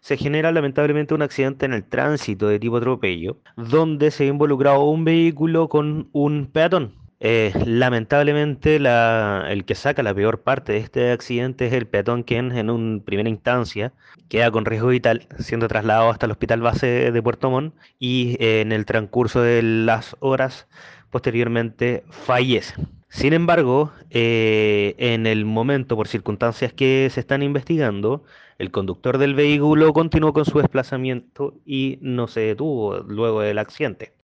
se genera lamentablemente un accidente en el tránsito de tipo atropello, donde se ha involucrado un vehículo con un peatón. Lamentablemente, el que saca la peor parte de este accidente es el peatón quien en una primera instancia queda con riesgo vital, siendo trasladado hasta el hospital base de Puerto Montt y en el transcurso de las horas posteriormente fallece. Sin embargo, en el momento, por circunstancias que se están investigando, el conductor del vehículo continuó con su desplazamiento y no se detuvo luego del accidente.